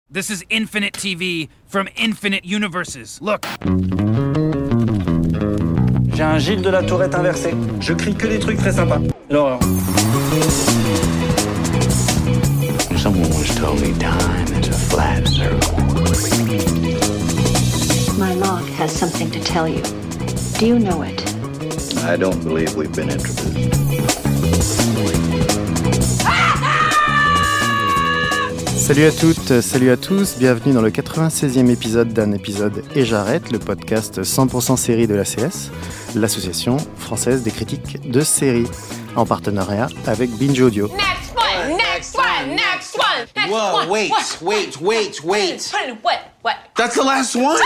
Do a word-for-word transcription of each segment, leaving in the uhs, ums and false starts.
This is Infinite T V from Infinite Universes. Look. J'ai un Gilles de la Tourette inversé. Je crie que des trucs très sympas. L'horreur. Someone once told me time is a flat circle. My log has something to tell you. Do you know it? I don't believe we've been introduced. Salut à toutes, salut à tous, bienvenue dans le quatre-vingt-seizième épisode d'un épisode Et j'arrête, le podcast cent pour cent série de l'A C S, l'Association française des critiques de séries, en partenariat avec Binge Audio. Next one, next one, next one, next Whoa, one. wait, what, wait, wait, wait. What, what? That's the last one.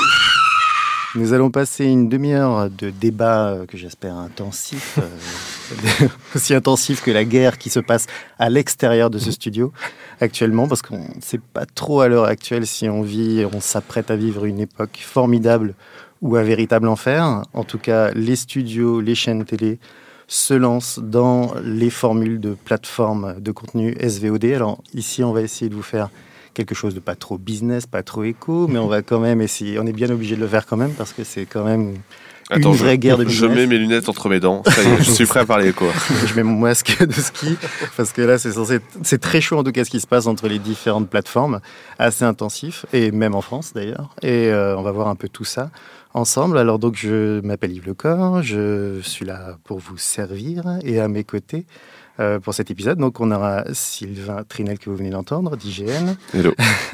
Nous allons passer une demi-heure de débat que j'espère intensif, euh, aussi intensif que la guerre qui se passe à l'extérieur de ce studio actuellement, parce qu'on ne sait pas trop à l'heure actuelle si on vit, on s'apprête à vivre une époque formidable ou un véritable enfer. En tout cas, les studios, les chaînes télé se lancent dans les formules de plateformes de contenu S V O D. Alors ici, on va essayer de vous faire quelque chose de pas trop business, pas trop éco, mais on va quand même essayer. On est bien obligé de le faire quand même parce que c'est quand même Attends, une vraie je, guerre de business. Je mets mes lunettes entre mes dents. Ça y est, je suis prêt à parler quoi. Je mets mon masque de ski parce que là, c'est censé, c'est très chaud en tout cas ce qui se passe entre les différentes plateformes, assez intensif et même en France d'ailleurs. Et euh, on va voir un peu tout ça ensemble. Alors donc, je m'appelle Yves Lecor, je suis là pour vous servir et à mes côtés. Euh, pour cet épisode. Donc, on aura Sylvain Trinel, que vous venez d'entendre, d'I G N. Hello.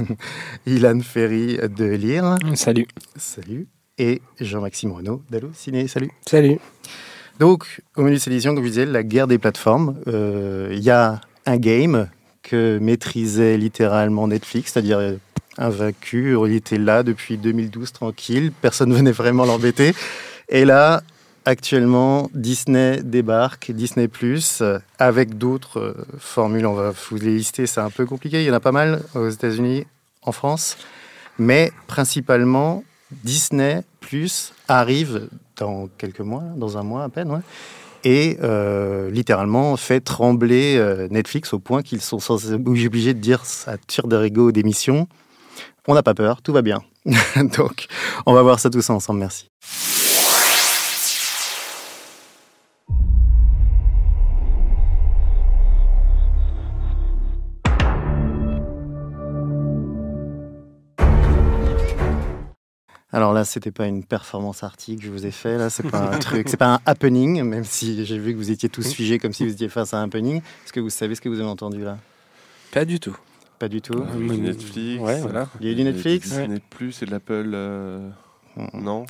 Ilan Ferry de Lire. Salut. Salut. Et Jean-Maxime Renaud d'Allo Ciné. Salut. Salut. Donc, au menu de cette édition, comme je disais, la guerre des plateformes. Il euh, y a un game que maîtrisait littéralement Netflix, c'est-à-dire invaincu. Il était là depuis deux mille douze, tranquille. Personne ne venait vraiment l'embêter. Et là, actuellement, Disney débarque, Disney plus, avec d'autres euh, formules. On va vous les lister, c'est un peu compliqué. Il y en a pas mal aux États-Unis, en France. Mais principalement, Disney plus arrive dans quelques mois, dans un mois à peine, ouais, et euh, littéralement fait trembler euh, Netflix au point qu'ils sont obligés de dire à tir de rigot d'émission, on n'a pas peur, tout va bien. Donc, on va voir ça tous ensemble. Merci. Alors là, c'était pas une performance arty que je vous ai fait. Là, c'est pas un truc, c'est pas un happening, même si j'ai vu que vous étiez tous figés comme si vous étiez face à un happening. Est-ce que vous savez ce que vous avez entendu là ? Pas du tout. Pas du tout. Il y a eu du Netflix. Ouais, voilà. Il y a eu du Netflix. Il y a eu du Plus et de l'Apple. Euh... Mmh. Non.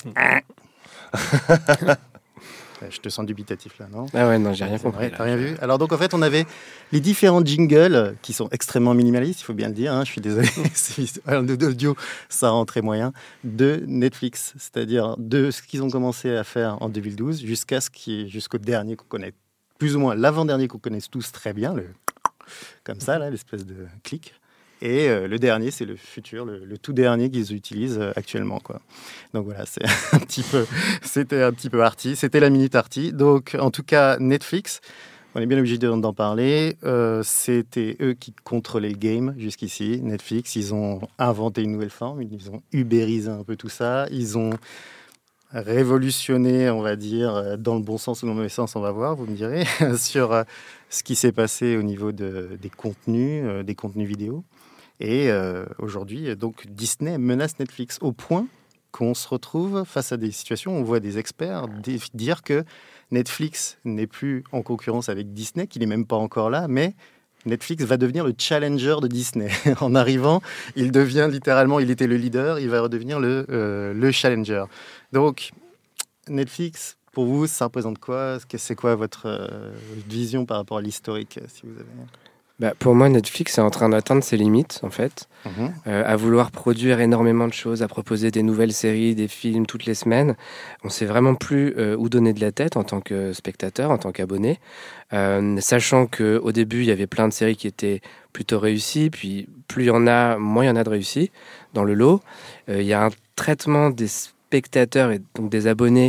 Je te sens dubitatif là, non ? Ah ouais, non, j'ai rien C'est compris. vrai, t'as rien vu ? Alors donc en fait, on avait les différents jingles qui sont extrêmement minimalistes, il faut bien le dire, hein, je suis désolé, l'audio, ça rend très moyen, de Netflix, c'est-à-dire de ce qu'ils ont commencé à faire en deux mille douze jusqu'à ce qui est, jusqu'au dernier qu'on connaît, plus ou moins l'avant-dernier qu'on connaisse tous très bien, le comme ça, là, l'espèce de clic. Et euh, le dernier, c'est le futur, le, le tout dernier qu'ils utilisent euh, actuellement, quoi. Donc voilà, c'est un petit peu, c'était un petit peu arty, c'était la minute arty. Donc en tout cas, Netflix, on est bien obligé d'en parler. Euh, c'était eux qui contrôlaient le game jusqu'ici. Netflix, ils ont inventé une nouvelle forme, ils ont ubérisé un peu tout ça, ils ont révolutionné, on va dire, dans le bon sens ou dans le mauvais sens, on va voir, vous me direz, sur euh, ce qui s'est passé au niveau de, des contenus, euh, des contenus vidéo. Et euh, aujourd'hui, donc, Disney menace Netflix au point qu'on se retrouve face à des situations où on voit des experts d- dire que Netflix n'est plus en concurrence avec Disney, qu'il n'est même pas encore là, mais Netflix va devenir le challenger de Disney. En arrivant, il devient littéralement, il était le leader, il va redevenir le, euh, le challenger. Donc, Netflix, pour vous, ça représente quoi ? C'est quoi votre euh, vision par rapport à l'historique, si vous avez... Bah, pour moi, Netflix est en train d'atteindre ses limites, en fait, Mmh. euh, à vouloir produire énormément de choses, à proposer des nouvelles séries, des films toutes les semaines. On ne sait vraiment plus euh, où donner de la tête en tant que spectateur, en tant qu'abonné, euh, sachant qu'au début, il y avait plein de séries qui étaient plutôt réussies, puis plus il y en a, moins il y en a de réussies dans le lot. Euh, il y a un traitement des spectateurs et donc des abonnés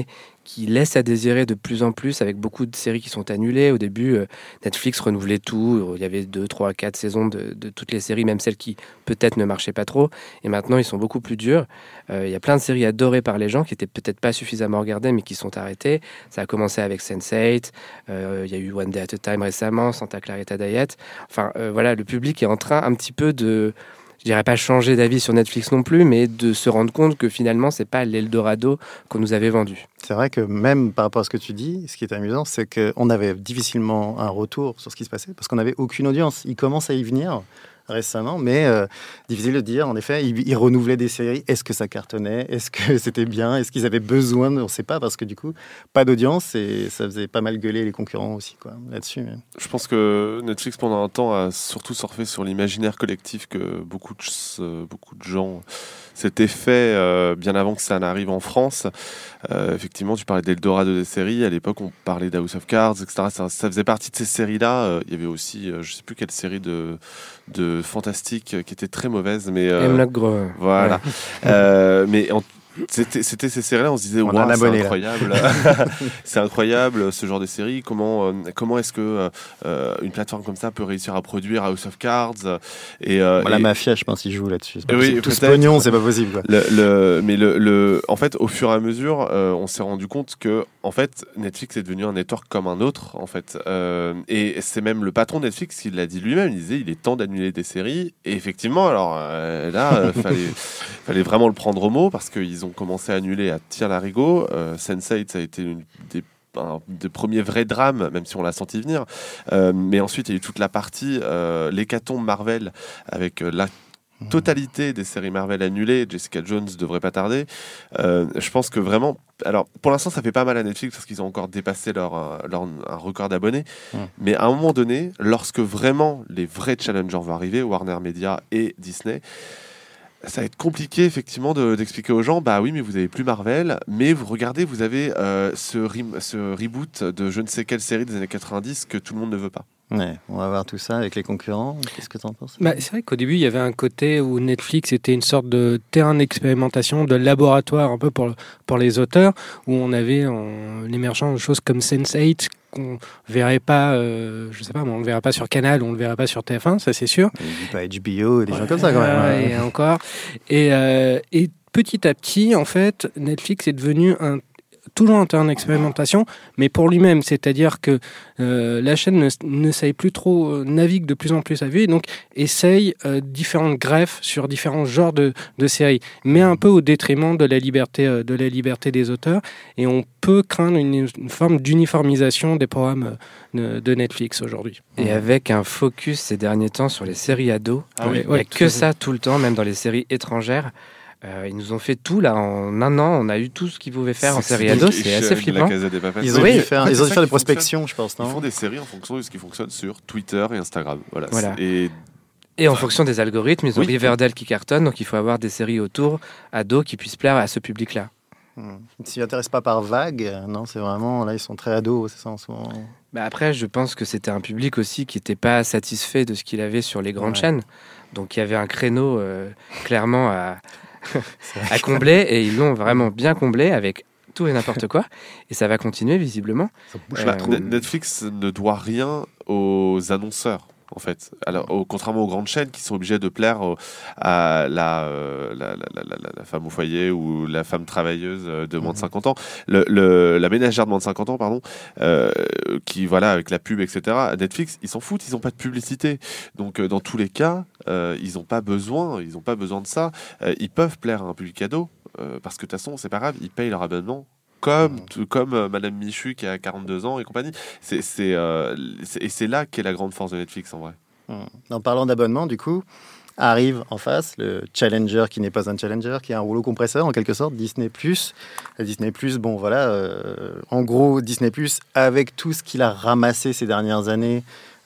qui laisse à désirer de plus en plus, avec beaucoup de séries qui sont annulées. Au début, euh, Netflix renouvelait tout. Il y avait deux, trois, quatre saisons de, de toutes les séries, même celles qui peut-être ne marchaient pas trop. Et maintenant, ils sont beaucoup plus durs. Euh, il y a plein de séries adorées par les gens qui n'étaient peut-être pas suffisamment regardées, mais qui sont arrêtées. Ça a commencé avec sense eight. Euh, il y a eu One Day at a Time récemment, Santa Clarita Diet. Enfin, euh, voilà, le public est en train un petit peu de... je dirais pas changer d'avis sur Netflix non plus, mais de se rendre compte que finalement, c'est pas l'Eldorado qu'on nous avait vendu. C'est vrai que même par rapport à ce que tu dis, ce qui est amusant, c'est qu'on avait difficilement un retour sur ce qui se passait, parce qu'on n'avait aucune audience. Il commence à y venir récemment, mais euh, difficile de dire. En effet, ils, ils renouvelaient des séries. Est-ce que ça cartonnait? Est-ce que c'était bien? Est-ce qu'ils avaient besoin? On ne sait pas, parce que du coup, pas d'audience, et ça faisait pas mal gueuler les concurrents aussi, quoi, là-dessus. Mais... je pense que Netflix, pendant un temps, a surtout surfé sur l'imaginaire collectif que beaucoup de, beaucoup de gens s'étaient fait euh, bien avant que ça n'arrive en France. Euh, effectivement, tu parlais d'Eldorado des séries. À l'époque, on parlait d'House of Cards, et cetera. Ça, ça faisait partie de ces séries-là. Euh, il y avait aussi, euh, je ne sais plus quelle série de, de fantastique euh, qui était très mauvaise. Mais, euh, Hemlock Grove. Voilà. Ouais. euh, mais en C'était, c'était ces séries-là, on se disait, on wow, c'est abonné, incroyable, c'est incroyable ce genre de série. Comment, euh, comment est-ce que euh, une plateforme comme ça peut réussir à produire House of Cards et, euh, bon, la et... mafia, je pense, ils jouent là-dessus. C'est oui, tout ce pognon, c'est pas possible. Quoi. Le, le, mais le, le, en fait, au fur et à mesure, euh, on s'est rendu compte que, en fait, Netflix est devenu un network comme un autre, en fait. Euh, et c'est même le patron de Netflix qui l'a dit lui-même. Il disait, il est temps d'annuler des séries. Et effectivement, alors euh, là, euh, fallait, fallait vraiment le prendre au mot parce qu'ils ont commencé à annuler à tir larigot. Euh, sense eight, ça a été une des un des premiers vrais drames, même si on l'a senti venir. Euh, mais ensuite, il y a eu toute la partie euh, l'hécatombe Marvel avec euh, la totalité des séries Marvel annulées. Jessica Jones devrait pas tarder. Euh, je pense que vraiment, alors pour l'instant ça fait pas mal à Netflix parce qu'ils ont encore dépassé leur, leur un record d'abonnés. Mmh. Mais à un moment donné, lorsque vraiment les vrais challengers vont arriver, Warner Media et Disney, ça va être compliqué effectivement de, d'expliquer aux gens, bah oui, mais vous avez plus Marvel, mais vous regardez, vous avez euh, ce, re- ce reboot de je ne sais quelle série des années quatre-vingt-dix que tout le monde ne veut pas. Ouais, on va voir tout ça avec les concurrents. Qu'est-ce que tu en penses? Bah, c'est vrai qu'au début, il y avait un côté où Netflix était une sorte de terrain d'expérimentation, de laboratoire un peu pour, pour les auteurs, où on avait en, l'émergence de choses comme sense eight qu'on verrait pas, euh, je sais pas, on le verra pas sur Canal, on le verra pas sur T F un, ça c'est sûr. Et pas H B O et des ouais, gens comme ça quand même. Ouais, et encore. Et, euh, et petit à petit, en fait, Netflix est devenu un toujours un terrain d'expérimentation, mais pour lui-même, c'est-à-dire que euh, la chaîne ne, ne savait plus trop, euh, navigue de plus en plus à vue, et donc essaye euh, différentes greffes sur différents genres de, de séries, mais un peu au détriment de la liberté, euh, de la liberté des auteurs, et on peut craindre une, une forme d'uniformisation des programmes euh, de Netflix aujourd'hui. Et avec un focus ces derniers temps sur les séries ados, ah il oui, n'y a ouais, que ça tout le temps, même dans les séries étrangères. Euh, ils nous ont fait tout là en un an, on a eu tout ce qu'ils pouvaient faire c'est en série ado, c'est assez flippant. Ils ont oui, dû faire, en fait, ils ont dû faire des prospections, prospections, je pense. Non, ils font des séries en fonction de ce qui fonctionne sur Twitter et Instagram. Voilà. voilà. Et... et en fonction des algorithmes, ils ont oui. Riverdale qui cartonne, donc il faut avoir des séries autour ados qui puissent plaire à ce public-là. Hum. Ils s'y intéressent pas par vague, non, c'est vraiment là ils sont très ados, c'est ça en ce moment. Bah après, je pense que c'était un public aussi qui n'était pas satisfait de ce qu'il avait sur les grandes ouais. chaînes, donc il y avait un créneau euh, clairement à à combler, et ils l'ont vraiment bien comblé avec tout et n'importe quoi, et ça va continuer visiblement. Bah, euh, Netflix ne doit rien aux annonceurs en fait, alors au, contrairement aux grandes chaînes qui sont obligées de plaire au, à la, euh, la, la, la, la, la femme au foyer ou la femme travailleuse de moins de cinquante ans, le, le, la ménagère de moins de cinquante ans, pardon, euh, qui voilà avec la pub, et cetera. Netflix, ils s'en foutent, ils n'ont pas de publicité, donc euh, dans tous les cas, euh, ils n'ont pas besoin, ils n'ont pas besoin de ça. Euh, ils peuvent plaire à un public ado euh, parce que de toute façon, c'est pas grave, ils payent leur abonnement. Comme, mmh. tout, comme euh, Madame Michu qui a quarante-deux ans et compagnie. C'est, c'est, euh, c'est, et c'est là qu'est la grande force de Netflix en vrai. Mmh. En parlant d'abonnement, du coup, arrive en face le challenger qui n'est pas un challenger, qui est un rouleau compresseur en quelque sorte, Disney plus. Disney plus, bon voilà, euh, en gros, Disney plus, avec tout ce qu'il a ramassé ces dernières années,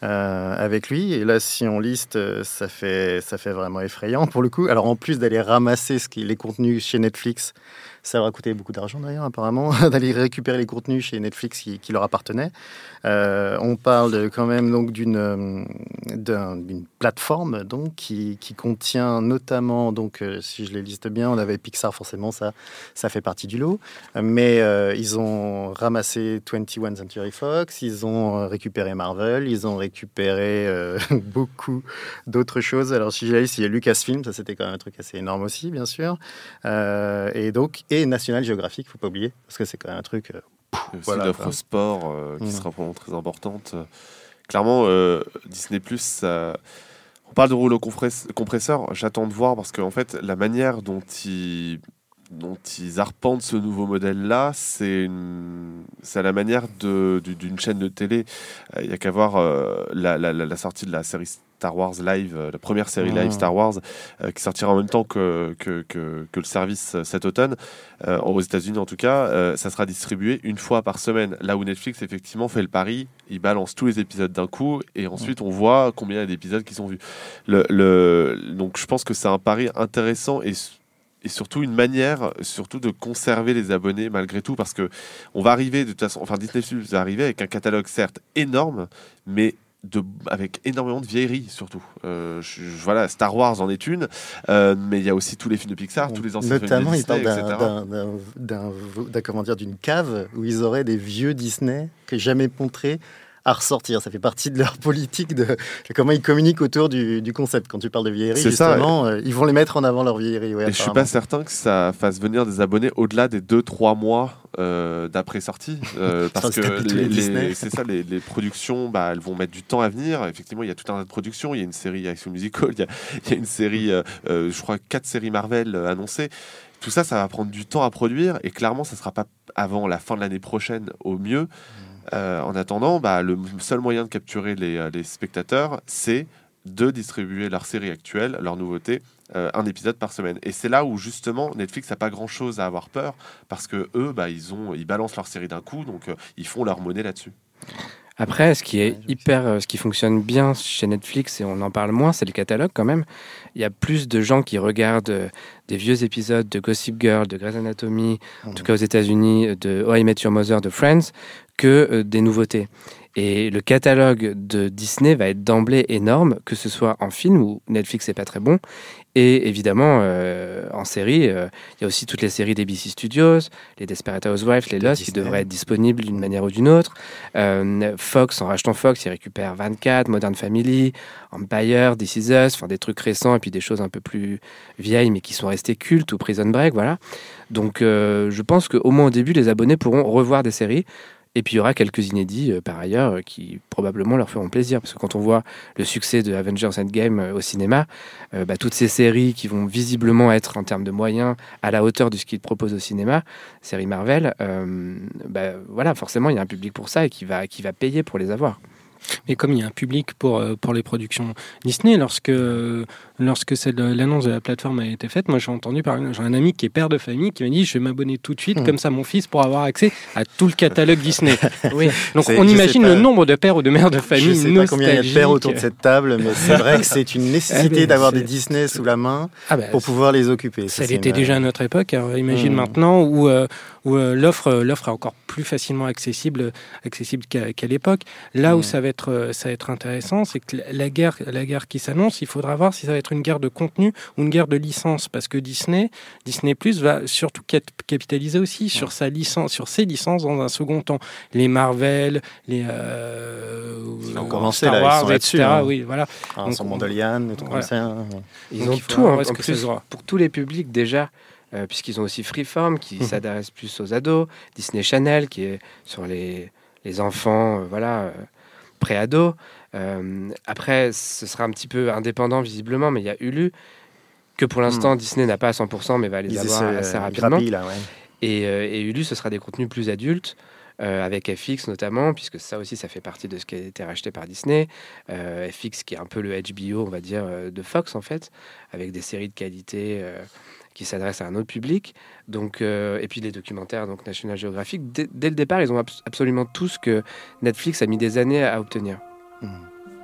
euh, avec lui. Et là, si on liste, ça fait, ça fait vraiment effrayant pour le coup. Alors, en plus d'aller ramasser ce qui, les contenus chez Netflix, ça leur a coûté beaucoup d'argent d'ailleurs, apparemment, d'aller récupérer les contenus chez Netflix qui, qui leur appartenaient. Euh, on parle de, quand même donc d'une, d'un, d'une plateforme donc, qui, qui contient notamment, donc, euh, si je les liste bien, on avait Pixar, forcément, ça, ça fait partie du lot. Mais euh, ils ont ramassé vingt-et-une Century Fox, ils ont récupéré Marvel, ils ont récupéré euh, beaucoup d'autres choses. Alors, si j'ai liste, il y a Lucasfilm, ça c'était quand même un truc assez énorme aussi, bien sûr. Euh, et donc, et National Geographic, faut pas oublier, parce que c'est quand même un truc. Euh, pff, aussi voilà, l'offre quoi. sport euh, qui Mmh. sera vraiment très importante. Clairement, euh, Disney Plus, ça... on parle de rouleau compress- compresseur. J'attends de voir parce qu'en en fait, la manière dont ils dont ils arpentent ce nouveau modèle-là, c'est, une... c'est à la manière de, du, d'une chaîne de télé. Il n'y a qu'à voir euh, la, la, la, la sortie de la série Star Wars Live, euh, la première série live Star Wars, euh, qui sortira en même temps que, que, que, que le service euh, cet automne, euh, aux États-Unis en tout cas. Euh, ça sera distribué une fois par semaine. Là où Netflix, effectivement, fait le pari, il balance tous les épisodes d'un coup et ensuite on voit combien il y a d'épisodes qui sont vus. Le, le... Donc je pense que c'est un pari intéressant et et surtout une manière surtout de conserver les abonnés malgré tout, parce que on va arriver de toute façon, enfin Disney Plus va arriver avec un catalogue certes énorme, mais de, avec énormément de vieilleries surtout. Euh, je, je, voilà, Star Wars en est une, euh, mais il y a aussi tous les films de Pixar, tous les anciens Notamment, films de Disney, ils parlent d'un, et cetera. d'un, d'un, d'un, d'un, comment dire, d'une cave où ils auraient des vieux Disney que jamais montrés à ressortir. Ça fait partie de leur politique de, de comment ils communiquent autour du, du concept. Quand tu parles de vieillerie, c'est justement, ça, euh, ils vont les mettre en avant, leur vieillerie. Ouais, et je suis pas certain que ça fasse venir des abonnés au-delà des deux trois mois euh, d'après sortie, euh, parce que les, les, c'est ça, les, les productions, bah, elles vont mettre du temps à venir. Effectivement, il y a tout un tas de productions. Il y a une série High School Musical, il y a, il y a une série, euh, euh, je crois, quatre séries Marvel euh, annoncées. Tout ça, ça va prendre du temps à produire, et clairement, ça sera pas avant la fin de l'année prochaine au mieux. Euh, en attendant, bah, le seul moyen de capturer les, les spectateurs, c'est de distribuer leur série actuelle, leur nouveauté, euh, un épisode par semaine. Et c'est là où justement Netflix n'a pas grand-chose à avoir peur, parce que eux, bah, ils ont, ils balancent leur série d'un coup, donc euh, ils font leur monnaie là-dessus. Après, ce qui est hyper, ce qui fonctionne bien chez Netflix, et on en parle moins, c'est le catalogue quand même. Il y a plus de gens qui regardent des vieux épisodes de Gossip Girl, de Grey's Anatomy, mmh. en tout cas aux États-Unis, de How I Met Your Mother, de Friends, que euh, des nouveautés. Et le catalogue de Disney va être d'emblée énorme, que ce soit en film, où Netflix n'est pas très bon, et évidemment euh, en série. Il euh, y a aussi toutes les séries d'A B C Studios, les Desperate Housewives, les Lost, qui devraient être disponibles d'une manière ou d'une autre. Euh, Fox, en rachetant Fox, il récupère vingt-quatre, Modern Family, Empire, This Is Us, enfin des trucs récents, et puis des choses un peu plus vieilles, mais qui sont restées cultes, ou Prison Break, voilà. Donc euh, je pense qu'au moins au début, les abonnés pourront revoir des séries. Et puis il y aura quelques inédits euh, par ailleurs euh, qui probablement leur feront plaisir, parce que quand on voit le succès de Avengers Endgame euh, au cinéma, euh, bah, toutes ces séries qui vont visiblement être en termes de moyens à la hauteur de ce qu'ils proposent au cinéma, séries Marvel, euh, bah, voilà, forcément il y a un public pour ça et qui va, qui va payer pour les avoir. Mais comme il y a un public pour, pour les productions Disney, lorsque, lorsque cette, l'annonce de la plateforme a été faite, moi j'ai entendu parler, j'ai un ami qui est père de famille qui m'a dit je vais m'abonner tout de suite, mmh. comme ça mon fils pourra avoir accès à tout le catalogue Disney. Oui. Donc c'est, on imagine le nombre de pères ou de mères de famille. Je ne sais pas combien il y a de pères autour de cette table, mais c'est vrai que c'est une nécessité ah ben, d'avoir c'est... des Disney sous la main ah ben, pour pouvoir les occuper. Ça, ça l'était une... déjà à notre époque, alors imagine mmh. maintenant où, euh, où euh, l'offre, l'offre est encore plus facilement accessible, accessible qu'à, qu'à l'époque. Là mmh. où ça va être, ça va être intéressant, c'est que la guerre, la guerre qui s'annonce, il faudra voir si ça va être une guerre de contenu ou une guerre de licence, parce que Disney, Disney Plus va surtout capitaliser aussi sur mmh. sa licence, sur ses licences dans un second temps. Les Marvel, les euh, ils ont commencé Star là, Wars, ils sont et cetera. Hein. Oui, voilà. Ah, Donc, Mandalorian, des trucs voilà. comme ça. Hein. Ils Donc, ont il tout en, en plus pour tous les publics déjà. Euh, puisqu'ils ont aussi Freeform qui mmh. s'adresse plus aux ados, Disney Channel qui est sur les, les enfants euh, voilà, euh, pré-ados. Euh, après, ce sera un petit peu indépendant visiblement, mais il y a Hulu, que pour l'instant mmh. Disney n'a pas à cent pour cent, mais va les Ils avoir essaient, assez euh, rapidement. Grappille, là, ouais. et, euh, et Hulu, ce sera des contenus plus adultes. Euh, avec F X notamment, puisque ça aussi ça fait partie de ce qui a été racheté par Disney. Euh, F X qui est un peu le H B O, on va dire, euh, de Fox en fait, avec des séries de qualité euh, qui s'adressent à un autre public. Donc, euh, et puis les documentaires, donc National Geographic. Dès, dès le départ, ils ont abs- absolument tout ce que Netflix a mis des années à obtenir. Mmh.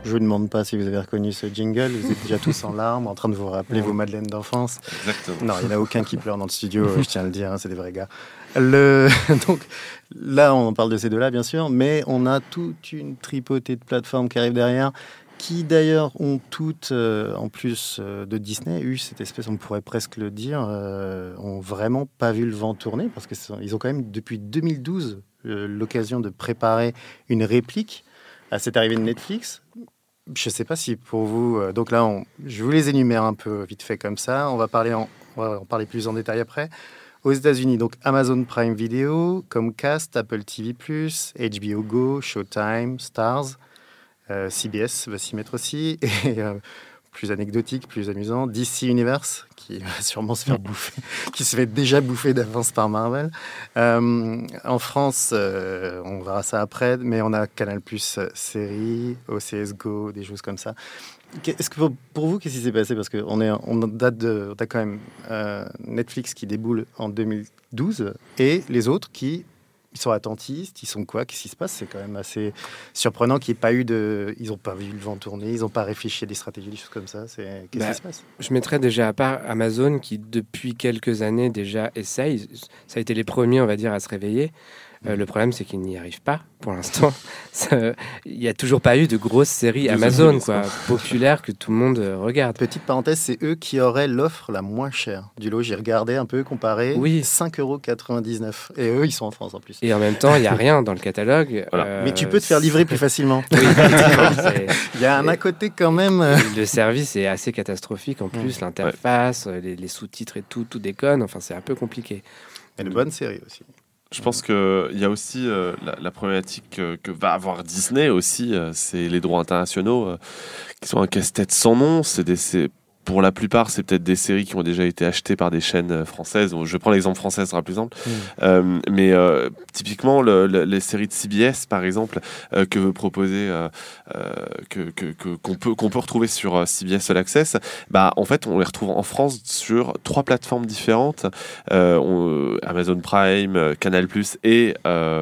Je vous demande pas si vous avez reconnu ce jingle. Vous êtes déjà tous en larmes, en train de vous rappeler vos madeleines d'enfance. Exactement. Non, il n'y en a aucun qui pleure dans le studio, je tiens à le dire, hein, c'est des vrais gars. Le... Donc là, on parle de ces deux-là, bien sûr, mais on a toute une tripotée de plateformes qui arrivent derrière, qui d'ailleurs ont toutes, euh, en plus euh, de Disney, eu cette espèce, on pourrait presque le dire, euh, ont vraiment pas vu le vent tourner, parce qu'ils ont quand même, depuis deux mille douze, euh, l'occasion de préparer une réplique à cette arrivée de Netflix. Je ne sais pas si pour vous... Euh, donc là, on, je vous les énumère un peu vite fait comme ça. On va, parler en, on va en parler plus en détail après. Aux États-Unis, donc Amazon Prime Video, Comcast, Apple T V plus, H B O Go, Showtime, Stars, euh, C B S va s'y mettre aussi. Et euh, plus anecdotique, plus amusant, D C Universe, qui va sûrement se faire bouffer, qui se fait déjà bouffer d'avance par Marvel. Euh, en France, euh, on verra ça après, mais on a Canal plus série, O C S Go, des choses comme ça. Est-ce que pour, pour vous, qu'est-ce qui s'est passé? Parce qu'on est, on date de, on a quand même euh, Netflix qui déboule en deux mille douze et les autres qui ils sont attentistes, ils sont quoi? Qu'est-ce qui se passe? C'est quand même assez surprenant qu'il n'y ait pas eu de... Ils n'ont pas vu le vent tourner, ils n'ont pas réfléchi à des stratégies, des choses comme ça. C'est... Qu'est-ce bah, qui se passe? Je mettrais déjà à part Amazon qui, depuis quelques années déjà, essaye. Ça a été les premiers, on va dire, à se réveiller. Euh, le problème, c'est qu'ils n'y arrivent pas pour l'instant. Il n'y a toujours pas eu de grosses séries Amazon, quoi, populaires que tout le monde euh, regarde. Petite parenthèse, c'est eux qui auraient l'offre la moins chère du lot. J'ai regardé un peu, comparé, oui. cinq euros quatre-vingt-dix-neuf. Et eux, ils sont en France en plus. Et en même temps, il n'y a rien dans le catalogue. Voilà. Euh, Mais tu peux te faire livrer plus facilement. Oui, il y a un à côté quand même. Le service est assez catastrophique en plus, mmh. l'interface, ouais. les, les sous-titres et tout, tout déconne. Enfin, c'est un peu compliqué. Et de bonnes séries aussi. Je pense qu'il y a aussi euh, la, la problématique que, que va avoir Disney aussi, euh, c'est les droits internationaux euh, qui sont un casse-tête sans nom. C'est des, c'est, pour la plupart, c'est peut-être des séries qui ont déjà été achetées par des chaînes françaises. Je prends l'exemple français, ce sera plus simple. Mmh. Euh, mais euh, typiquement, le, le, les séries de C B S, par exemple, euh, que veut proposer, euh, euh, que, que, que, qu'on, peut, qu'on peut retrouver sur euh, C B S All Access, bah, en fait, on les retrouve en France sur trois plateformes différentes. Euh, on, Amazon Prime, Canal plus et, euh,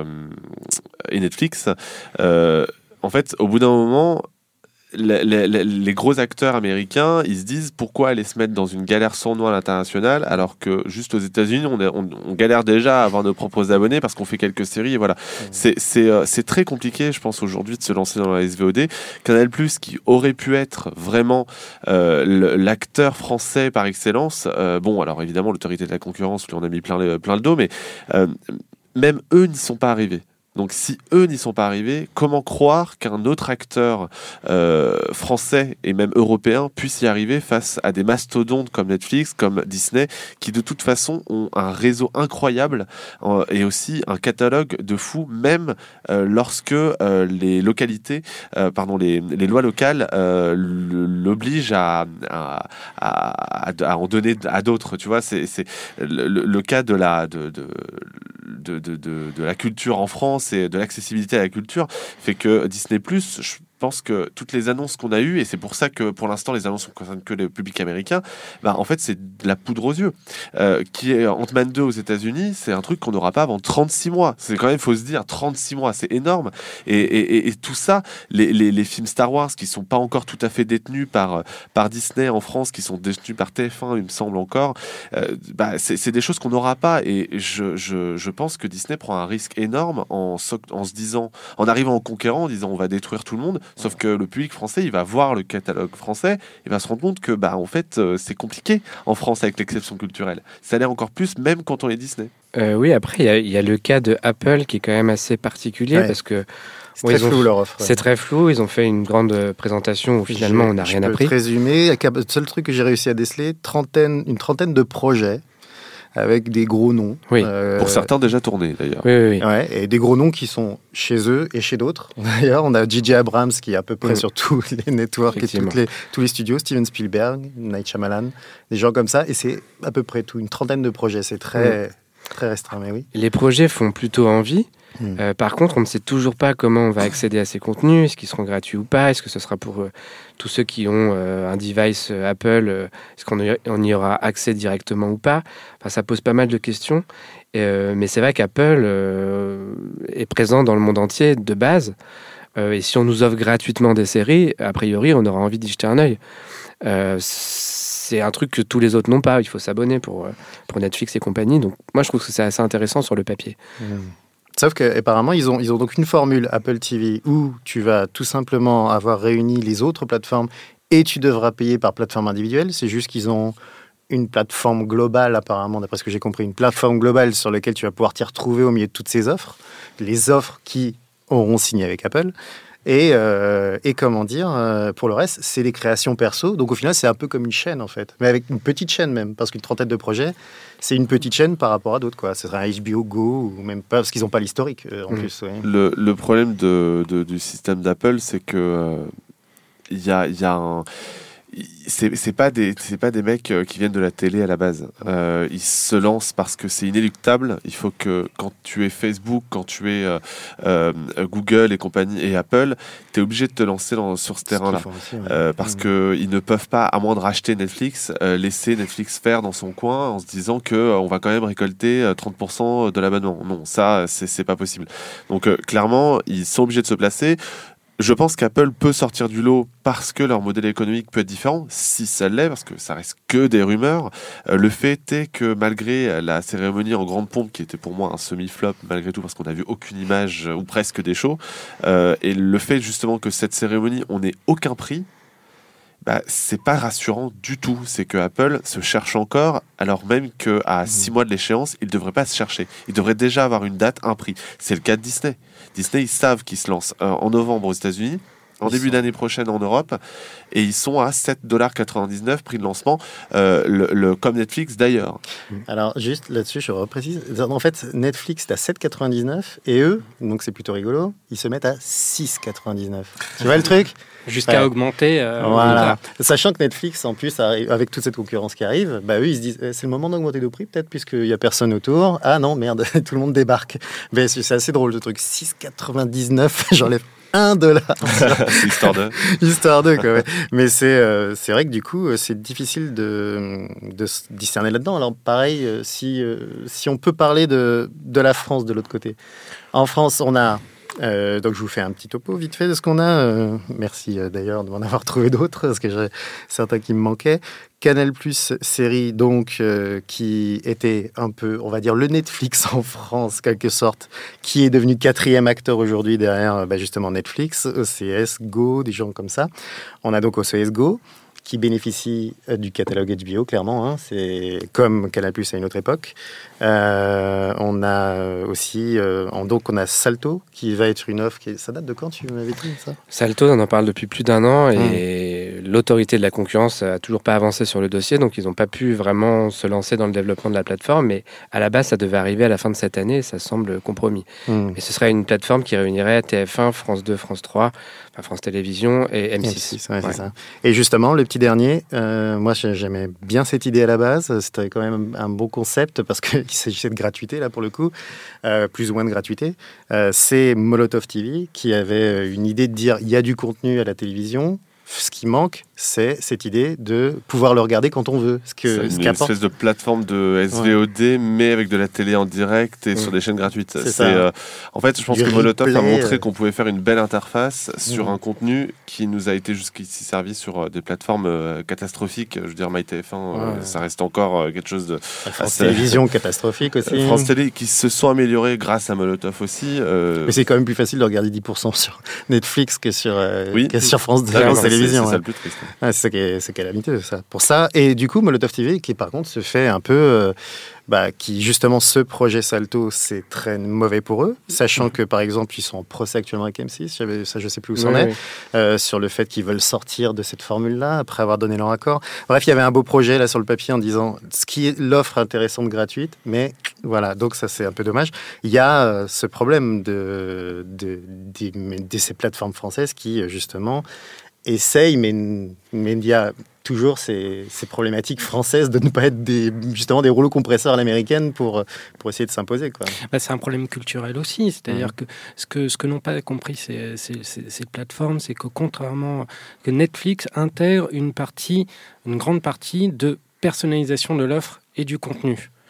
et Netflix. Euh, en fait, au bout d'un moment... Les, les, les gros acteurs américains, ils se disent pourquoi aller se mettre dans une galère sans nom à l'international alors que juste aux États-Unis on, est, on, on galère déjà à avoir nos propres abonnés parce qu'on fait quelques séries et voilà. Mmh. C'est, c'est, euh, c'est très compliqué, je pense, aujourd'hui de se lancer dans la S V O D. Canal plus, qui aurait pu être vraiment euh, l'acteur français par excellence, euh, bon, alors évidemment, l'autorité de la concurrence lui en a mis plein le, plein le dos, mais euh, même eux n'y sont pas arrivés. Donc si eux n'y sont pas arrivés, comment croire qu'un autre acteur euh, français et même européen puisse y arriver face à des mastodontes comme Netflix, comme Disney, qui de toute façon ont un réseau incroyable euh, et aussi un catalogue de fou, même euh, lorsque euh, les localités, euh, pardon, les, les lois locales euh, l'obligent à, à, à, à en donner à d'autres. Tu vois, c'est, c'est le, le cas de la de, de, de, de, de, de la culture en France et de l'accessibilité à la culture fait que Disney plus, je pense que toutes les annonces qu'on a eues, et c'est pour ça que pour l'instant les annonces ne concernent que le public américain, bah en fait c'est de la poudre aux yeux. Euh, qui est Ant-Man deux aux États-Unis, c'est un truc qu'on n'aura pas avant trente-six mois. C'est quand même, il faut se dire, trente-six mois, c'est énorme. Et, et, et tout ça, les, les, les films Star Wars qui sont pas encore tout à fait détenus par, par Disney en France, qui sont détenus par T F un, il me semble encore, euh, bah c'est, c'est des choses qu'on n'aura pas. Et je, je, je pense que Disney prend un risque énorme en, en se disant, en arrivant en conquérant, en disant on va détruire tout le monde. Sauf que le public français, il va voir le catalogue français, il va se rendre compte que, bah, en fait, euh, c'est compliqué en France avec l'exception culturelle. Ça l'est encore plus, même quand on est Disney. Euh, oui, après, il y, y a le cas de Apple qui est quand même assez particulier ouais. parce que c'est bon, très flou ont, leur offre. C'est très flou. Ils ont fait une grande présentation où finalement je, on n'a rien appris. Je peux te résumer. Le seul truc que j'ai réussi à déceler, trentaine, une trentaine de projets avec des gros noms. Oui. Euh, Pour certains déjà tournés d'ailleurs. Oui, oui, oui. Ouais, et des gros noms qui sont chez eux et chez d'autres. D'ailleurs, on a J J Abrams qui est à peu près mmh. sur tous les networks et toutes les, tous les studios, Steven Spielberg, Night Shyamalan, des gens comme ça. Et c'est à peu près tout, une trentaine de projets. C'est très, mmh. très restreint, mais oui. Les projets font plutôt envie. Mmh. Euh, par contre, on ne sait toujours pas comment on va accéder à ces contenus. Est-ce qu'ils seront gratuits ou pas? Est-ce que ce sera pour euh, tous ceux qui ont euh, un device euh, Apple? euh, Est-ce qu'on y, on y aura accès directement ou pas? Enfin, ça pose pas mal de questions. Euh, mais c'est vrai qu'Apple euh, est présent dans le monde entier de base. Euh, et si on nous offre gratuitement des séries, a priori, on aura envie d'y jeter un œil. Euh, c'est un truc que tous les autres n'ont pas. Il faut s'abonner pour, pour Netflix et compagnie. Donc, moi, je trouve que c'est assez intéressant sur le papier. Mmh. Sauf qu'apparemment, ils ont, ils ont donc une formule Apple T V où tu vas tout simplement avoir réuni les autres plateformes et tu devras payer par plateforme individuelle. C'est juste qu'ils ont une plateforme globale, apparemment, d'après ce que j'ai compris, une plateforme globale sur laquelle tu vas pouvoir t'y retrouver au milieu de toutes ces offres, les offres qui auront signé avec Apple. Et, euh, et comment dire, euh, pour le reste, c'est des créations perso. Donc au final, c'est un peu comme une chaîne, en fait. Mais avec une petite chaîne même, parce qu'une trentaine de projets, c'est une petite chaîne par rapport à d'autres, quoi. Ce serait un H B O Go, ou même pas, parce qu'ils n'ont pas l'historique, euh, en mmh. plus. Ouais. Le, le problème de, de, du système d'Apple, c'est que euh, y a, y a un... C'est, c'est pas des c'est pas des mecs qui viennent de la télé à la base. Euh, ils se lancent parce que c'est inéluctable. Il faut que quand tu es Facebook, quand tu es euh, euh, Google et compagnie et Apple, tu es obligé de te lancer dans, sur ce terrain-là. Aussi, ouais. euh, parce mmh. que ils ne peuvent pas, à moins de racheter Netflix, euh, laisser Netflix faire dans son coin en se disant que euh, on va quand même récolter trente pour cent de l'abonnement. Non, ça c'est, c'est pas possible. Donc euh, clairement, ils sont obligés de se placer. Je pense qu'Apple peut sortir du lot parce que leur modèle économique peut être différent, si ça l'est, parce que ça reste que des rumeurs. Euh, le fait est que malgré la cérémonie en grande pompe, qui était pour moi un semi-flop, malgré tout, parce qu'on n'a vu aucune image, ou presque des shows, euh, et le fait justement que cette cérémonie, on n'ait aucun prix, bah, c'est pas rassurant du tout. C'est que Apple se cherche encore, alors même qu'à six mois de l'échéance, il ne devrait pas se chercher. Il devrait déjà avoir une date, un prix. C'est le cas de Disney. Disney, ils savent qu'ils se lancent euh, en novembre aux États-Unis, en ils début sont... d'année prochaine en Europe, et ils sont à sept dollars quatre-vingt-dix-neuf prix de lancement, euh, le, le, comme Netflix d'ailleurs. Alors juste là-dessus, je reprécise. En fait, Netflix est à sept quatre-vingt-dix-neuf et eux, donc c'est plutôt rigolo, ils se mettent à six quatre-vingt-dix-neuf. Tu vois le truc ? Jusqu'à ouais. augmenter. Euh, voilà. Sachant que Netflix, en plus, avec toute cette concurrence qui arrive, bah eux, ils se disent c'est le moment d'augmenter nos prix, peut-être, puisqu'il n'y a personne autour. Ah non, merde, tout le monde débarque. Mais c'est assez drôle ce truc. six quatre-vingt-dix-neuf, j'enlève un dollar. Histoire de. Histoire de, quoi, ouais. Mais c'est, euh, c'est vrai que du coup, c'est difficile de, de se discerner là-dedans. Alors, pareil, si, euh, si on peut parler de, de la France de l'autre côté. En France, on a. Euh, donc je vous fais un petit topo vite fait de ce qu'on a. Euh, merci euh, d'ailleurs de m'en avoir trouvé d'autres parce que j'ai certains qui me manquaient. Canal Plus série donc euh, qui était un peu, on va dire, le Netflix en France quelque sorte, qui est devenu quatrième acteur aujourd'hui derrière bah, justement Netflix, O C S, Go, des gens comme ça. On a donc O C S Go qui bénéficie euh, du catalogue H B O, clairement. Hein, c'est comme Canal Plus à une autre époque. Euh, on a aussi, euh, en, donc on a Salto, qui va être une offre. Qui est, ça date de quand, tu m'avais dit ça ? Salto, on en parle depuis plus d'un an et mmh. l'autorité de la concurrence n'a toujours pas avancé sur le dossier, donc ils n'ont pas pu vraiment se lancer dans le développement de la plateforme. Mais à la base, ça devait arriver à la fin de cette année et ça semble compromis. Mmh. Et ce serait une plateforme qui réunirait T F un, France deux, France trois, enfin France Télévisions et M six. M six ouais, ouais. C'est ça. Et justement, le petit dernier, euh, moi j'aimais bien cette idée à la base. C'était quand même un bon concept parce qu'il s'agissait de gratuité là pour le coup, euh, plus ou moins de gratuité. Euh, c'est Molotov T V qui avait une idée de dire il y a du contenu à la télévision. Ce qui manque, c'est cette idée de pouvoir le regarder quand on veut. Ce que, c'est une, ce qu'apporte... espèce de plateforme de S V O D, ouais. mais avec de la télé en direct et mmh. sur des chaînes gratuites. C'est c'est, euh, en fait, je pense du que Molotov replay, a montré euh... qu'on pouvait faire une belle interface sur mmh. un contenu qui nous a été jusqu'ici servi sur euh, des plateformes euh, catastrophiques. Je veux dire, MyTF un, ouais. euh, ça reste encore euh, quelque chose de... France assez... Télévisions catastrophique aussi. France Télé qui se sont améliorés grâce à Molotov aussi. Euh... Mais c'est quand même plus facile de regarder dix pour cent sur Netflix que sur, euh, oui. que sur France Télévisions. C'est, c'est ouais. ça le plus triste. Ah, c'est ça qui est, c'est calamiteux, ça. Pour ça. Et du coup, Molotov T V, qui par contre se fait un peu. Euh, bah, qui justement, ce projet Salto, c'est très mauvais pour eux, sachant que par exemple, ils sont en procès actuellement avec M six, ça je sais plus où c'en oui, est, oui. Euh, sur le fait qu'ils veulent sortir de cette formule-là après avoir donné leur accord. Bref, il y avait un beau projet là sur le papier en disant ce qui est l'offre intéressante gratuite, mais voilà, donc ça c'est un peu dommage. Il y a euh, ce problème de, de, de, de, de ces plateformes françaises qui justement essayent, mais, mais il y a toujours ces, ces problématiques françaises de ne pas être des, justement des rouleaux compresseurs à l'américaine pour, pour essayer de s'imposer, quoi. Bah, c'est un problème culturel aussi, c'est-à-dire mmh. que ce que, ce que n'ont pas compris ces, ces, ces, ces plateformes, c'est que contrairement que Netflix intègre une partie, une grande partie de personnalisation de l'offre et du contenu.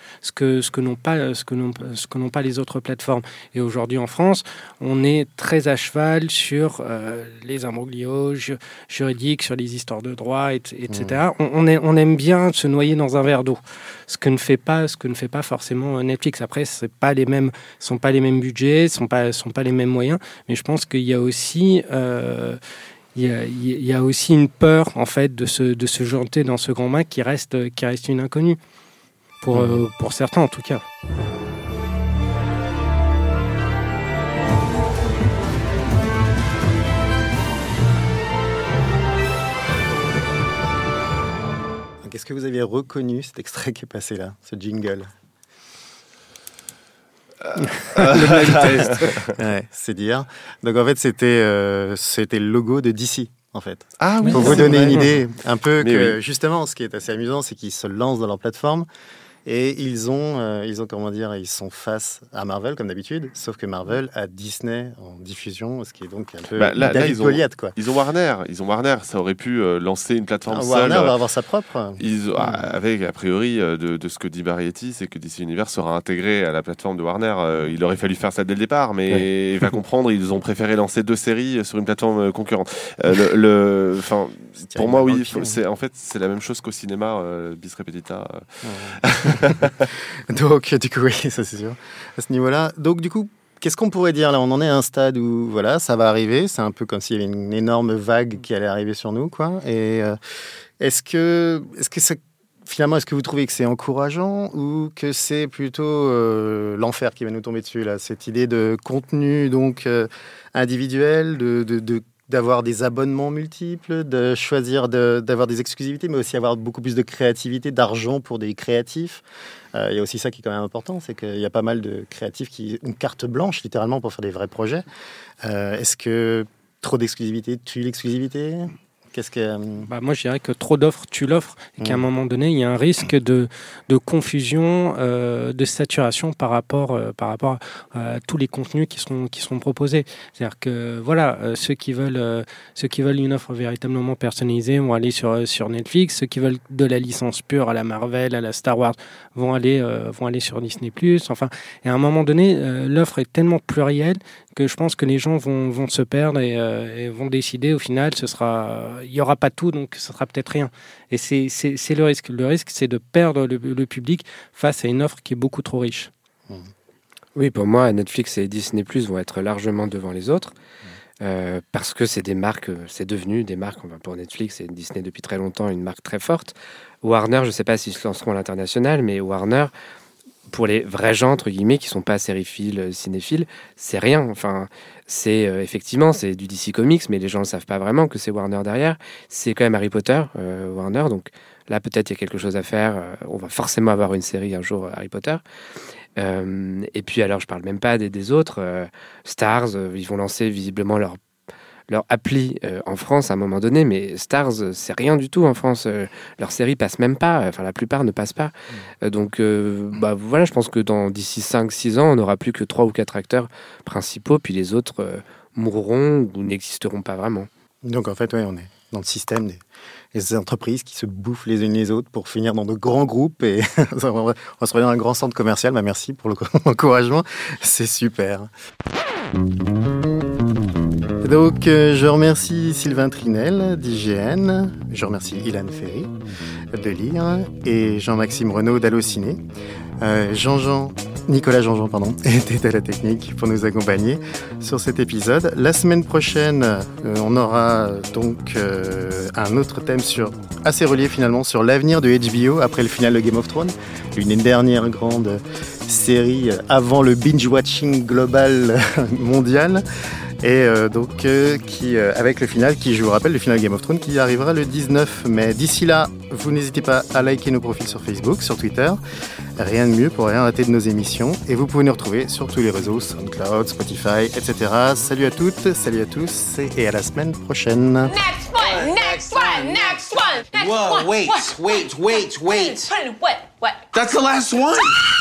ce que ce que n'ont pas ce que n'ont ce que n'ont pas les autres plateformes. Et aujourd'hui en France, on est très à cheval sur euh, les imbroglios ju- juridiques, sur les histoires de droit, et, et cetera. Mmh. On, on, est, on aime bien se noyer dans un verre d'eau, ce que ne fait pas ce que ne fait pas forcément Netflix. Après, c'est pas les mêmes, sont pas les mêmes budgets, sont pas sont pas les mêmes moyens, mais je pense qu'il y a aussi euh, Il y, a, il y a aussi une peur en fait de se, de se jeter dans ce grand bain qui reste, qui reste une inconnue pour, euh, pour certains en tout cas. Est-ce que vous aviez reconnu cet extrait qui est passé là, ce jingle? Ouais, c'est dire. Donc en fait, c'était euh, c'était le logo de D C. En fait. Ah oui. Pour vous donner une idée, un peu Mais que oui. justement, ce qui est assez amusant, c'est qu'ils se lancent dans leur plateforme. Et ils ont, euh, ils ont, comment dire, ils sont face à Marvel, comme d'habitude, sauf que Marvel a Disney en diffusion, ce qui est donc un peu bah, là, David là, ils ont, Goliath, quoi. Ils ont Warner, ils ont Warner, ça aurait pu euh, lancer une plateforme Ah, seule. Warner va avoir sa propre. Ils, ah, avec, a priori, euh, de, de ce que dit Variety, c'est que D C Universe sera intégré à la plateforme de Warner. Euh, il aurait fallu faire ça dès le départ, mais ouais. Il va comprendre, ils ont préféré lancer deux séries sur une plateforme euh, concurrente. Euh, le, le, enfin, pour moi, oui, faut, c'est, en fait, c'est la même chose qu'au cinéma, euh, bis repetita. Euh. Ouais. Donc, du coup, oui, ça c'est sûr. À ce niveau-là, donc du coup, qu'est-ce qu'on pourrait dire là? On en est à un stade où, voilà, ça va arriver. C'est un peu comme s'il y avait une énorme vague qui allait arriver sur nous, quoi. Et euh, est-ce que, est-ce que c'est, finalement, est-ce que vous trouvez que c'est encourageant ou que c'est plutôt euh, l'enfer qui va nous tomber dessus là? Cette idée de contenu donc euh, individuel, de, de, de d'avoir des abonnements multiples, de choisir de, d'avoir des exclusivités, mais aussi avoir beaucoup plus de créativité, d'argent pour des créatifs. Euh, il y a aussi ça qui est quand même important, c'est qu'il y a pas mal de créatifs qui ont une carte blanche, littéralement, pour faire des vrais projets. Euh, est-ce que trop d'exclusivité tue l'exclusivité ? Qu'est-ce que... Bah, moi, je dirais que trop d'offres tue l'offre et qu'à mmh. un moment donné, il y a un risque de, de confusion, euh, de saturation par rapport, euh, par rapport à tous les contenus qui sont, qui sont proposés. C'est-à-dire que voilà, euh, ceux, qui veulent, euh, ceux qui veulent une offre véritablement personnalisée vont aller sur, sur Netflix. Ceux qui veulent de la licence pure à la Marvel, à la Star Wars, vont aller, euh, vont aller sur Disney plus. Enfin, et à un moment donné, euh, l'offre est tellement plurielle que je pense que les gens vont, vont se perdre et, euh, et vont décider au final, ce sera, il n'y aura pas tout, donc ce sera peut-être rien. Et c'est, c'est, c'est le risque. Le risque, c'est de perdre le, le public face à une offre qui est beaucoup trop riche. Oui, pour moi, Netflix et Disney plus vont être largement devant les autres. Euh, parce que c'est des marques, c'est devenu des marques, enfin pour Netflix et Disney depuis très longtemps, une marque très forte. Warner, je ne sais pas s'ils se lanceront à l'international, mais Warner, pour les vrais gens, entre guillemets, qui ne sont pas sériphiles, cinéphiles, c'est rien. Enfin, c'est euh, effectivement, c'est du D C Comics, mais les gens ne savent pas vraiment que c'est Warner derrière. C'est quand même Harry Potter, euh, Warner, donc là, peut-être il y a quelque chose à faire. Euh, on va forcément avoir une série un jour, Harry Potter. Euh, et puis, alors, je ne parle même pas des, des autres. Euh, Stars, euh, ils vont lancer visiblement leur leur appli euh, en France à un moment donné, mais Stars, c'est rien du tout en France. Euh, leur série passe même pas, enfin la plupart ne passent pas. Euh, donc euh, bah, voilà, je pense que dans, d'ici cinq six ans, on n'aura plus que trois ou quatre acteurs principaux, puis les autres euh, mourront ou n'existeront pas vraiment. Donc en fait, ouais, on est dans le système des, des entreprises qui se bouffent les unes les autres pour finir dans de grands groupes et on va se retrouver dans un grand centre commercial. Bah, merci pour l'encouragement, c'est super. Donc, euh, je remercie Sylvain Trinel d'I G N, je remercie Ilan Ferry de Lire et Jean-Maxime Renaud d'Allociné. Euh, Jean-Jean, Nicolas Jean-Jean, pardon, était à la technique pour nous accompagner sur cet épisode. La semaine prochaine, euh, on aura donc euh, un autre thème sur, assez relié finalement sur l'avenir de H B O après le final de Game of Thrones, une dernière grande série avant le binge-watching global mondial. Et euh, donc, euh, qui, euh, avec le final, qui, je vous rappelle, le final Game of Thrones, qui arrivera le dix-neuf mai. D'ici là, vous n'hésitez pas à liker nos profils sur Facebook, sur Twitter. Rien de mieux pour rien rater de nos émissions. Et vous pouvez nous retrouver sur tous les réseaux, SoundCloud, Spotify, et cetera. Salut à toutes, salut à tous, et à la semaine prochaine. Next one, next one, next one, next Whoa, one. wait, What? wait, wait, wait. What? What? That's the last one.